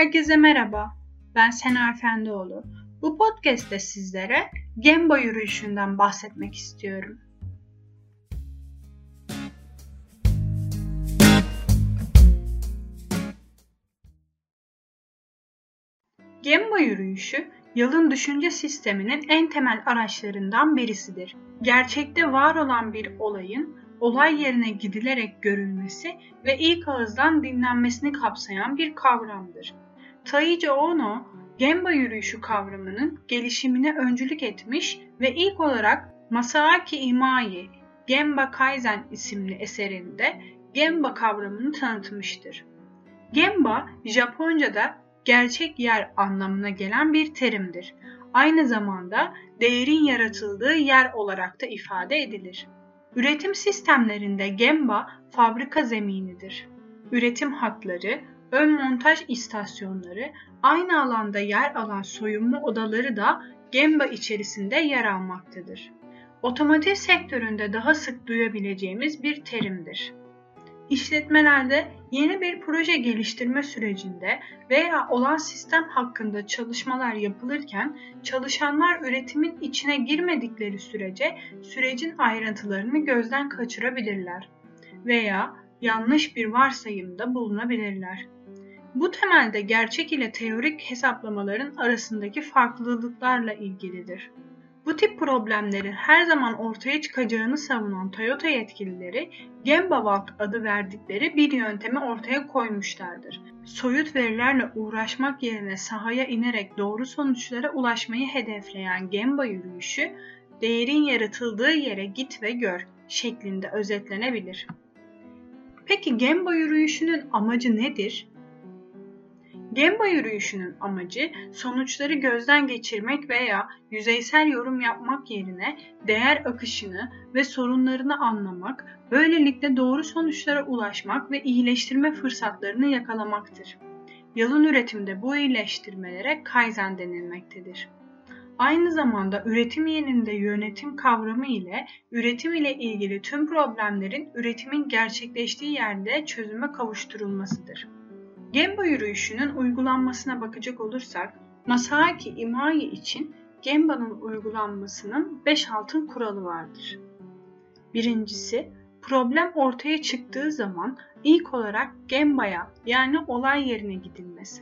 Herkese merhaba, ben Sena Efendioğlu. Bu podcast'te sizlere Gemba yürüyüşünden bahsetmek istiyorum. Gemba yürüyüşü, Yalın düşünce sisteminin en temel araçlarından birisidir. Gerçekte var olan bir olayın olay yerine gidilerek görülmesi ve ilk ağızdan dinlenmesini kapsayan bir kavramdır. Taiichi Ohno, Gemba yürüyüşü kavramının gelişimine öncülük etmiş ve ilk olarak Masaaki Imai, Gemba Kaizen isimli eserinde Gemba kavramını tanıtmıştır. Gemba, Japonca'da gerçek yer anlamına gelen bir terimdir. Aynı zamanda değerin yaratıldığı yer olarak da ifade edilir. Üretim sistemlerinde Gemba fabrika zeminidir. Üretim hatları, ön montaj istasyonları, aynı alanda yer alan soyunma odaları da Gemba içerisinde yer almaktadır. Otomotiv sektöründe daha sık duyabileceğimiz bir terimdir. İşletmelerde yeni bir proje geliştirme sürecinde veya olan sistem hakkında çalışmalar yapılırken çalışanlar üretimin içine girmedikleri sürece sürecin ayrıntılarını gözden kaçırabilirler veya yanlış bir varsayımda bulunabilirler. Bu temelde gerçek ile teorik hesaplamaların arasındaki farklılıklarla ilgilidir. Bu tip problemlerin her zaman ortaya çıkacağını savunan Toyota yetkilileri Gemba Walk adı verdikleri bir yöntemi ortaya koymuşlardır. Soyut verilerle uğraşmak yerine sahaya inerek doğru sonuçlara ulaşmayı hedefleyen Gemba yürüyüşü, değerin yaratıldığı yere git ve gör şeklinde özetlenebilir. Peki Gemba yürüyüşünün amacı nedir? Gemba yürüyüşünün amacı sonuçları gözden geçirmek veya yüzeysel yorum yapmak yerine değer akışını ve sorunlarını anlamak, böylelikle doğru sonuçlara ulaşmak ve iyileştirme fırsatlarını yakalamaktır. Yalın üretimde bu iyileştirmelere Kaizen denilmektedir. Aynı zamanda üretim yerinde yönetim kavramı ile üretim ile ilgili tüm problemlerin üretimin gerçekleştiği yerde çözüme kavuşturulmasıdır. Gemba yürüyüşünün uygulanmasına bakacak olursak, Masaaki Imai için Gemba'nın uygulanmasının 5 altın kuralı vardır. Birincisi, problem ortaya çıktığı zaman ilk olarak Gemba'ya yani olay yerine gidilmesi.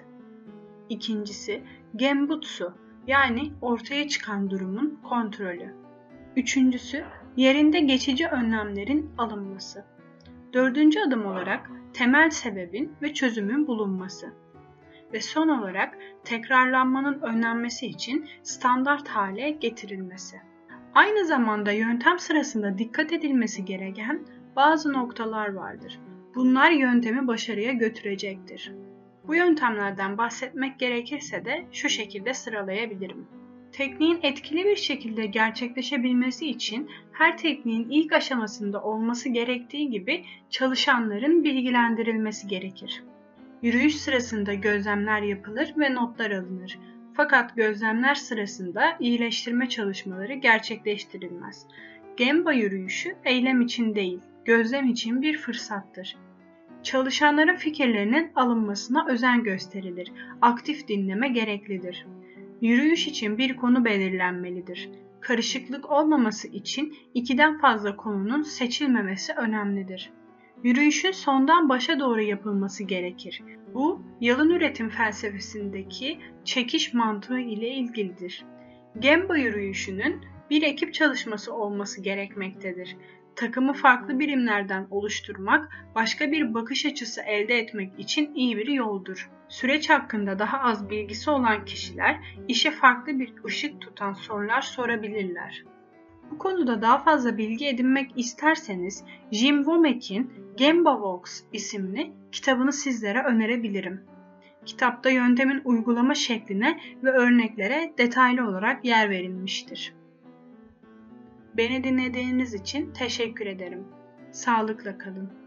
İkincisi, Genbutsu yani ortaya çıkan durumun kontrolü. Üçüncüsü, yerinde geçici önlemlerin alınması. Dördüncü adım olarak temel sebebin ve çözümün bulunması. Ve son olarak tekrarlanmanın önlenmesi için standart hale getirilmesi. Aynı zamanda yöntem sırasında dikkat edilmesi gereken bazı noktalar vardır. Bunlar yöntemi başarıya götürecektir. Bu yöntemlerden bahsetmek gerekirse de şu şekilde sıralayabilirim. Tekniğin etkili bir şekilde gerçekleşebilmesi için her tekniğin ilk aşamasında olması gerektiği gibi çalışanların bilgilendirilmesi gerekir. Yürüyüş sırasında gözlemler yapılır ve notlar alınır. Fakat gözlemler sırasında iyileştirme çalışmaları gerçekleştirilmez. Gemba yürüyüşü eylem için değil, gözlem için bir fırsattır. Çalışanların fikirlerinin alınmasına özen gösterilir. Aktif dinleme gereklidir. Yürüyüş için bir konu belirlenmelidir. Karışıklık olmaması için 2'den fazla konunun seçilmemesi önemlidir. Yürüyüşün sondan başa doğru yapılması gerekir. Bu, yalın üretim felsefesindeki çekiş mantığı ile ilgilidir. Gemba yürüyüşünün bir ekip çalışması olması gerekmektedir. Takımı farklı birimlerden oluşturmak, başka bir bakış açısı elde etmek için iyi bir yoldur. Süreç hakkında daha az bilgisi olan kişiler, işe farklı bir ışık tutan sorular sorabilirler. Bu konuda daha fazla bilgi edinmek isterseniz, Jim Womack'in Gemba Walks isimli kitabını sizlere önerebilirim. Kitapta yöntemin uygulama şekline ve örneklere detaylı olarak yer verilmiştir. Beni dinlediğiniz için teşekkür ederim. Sağlıkla kalın.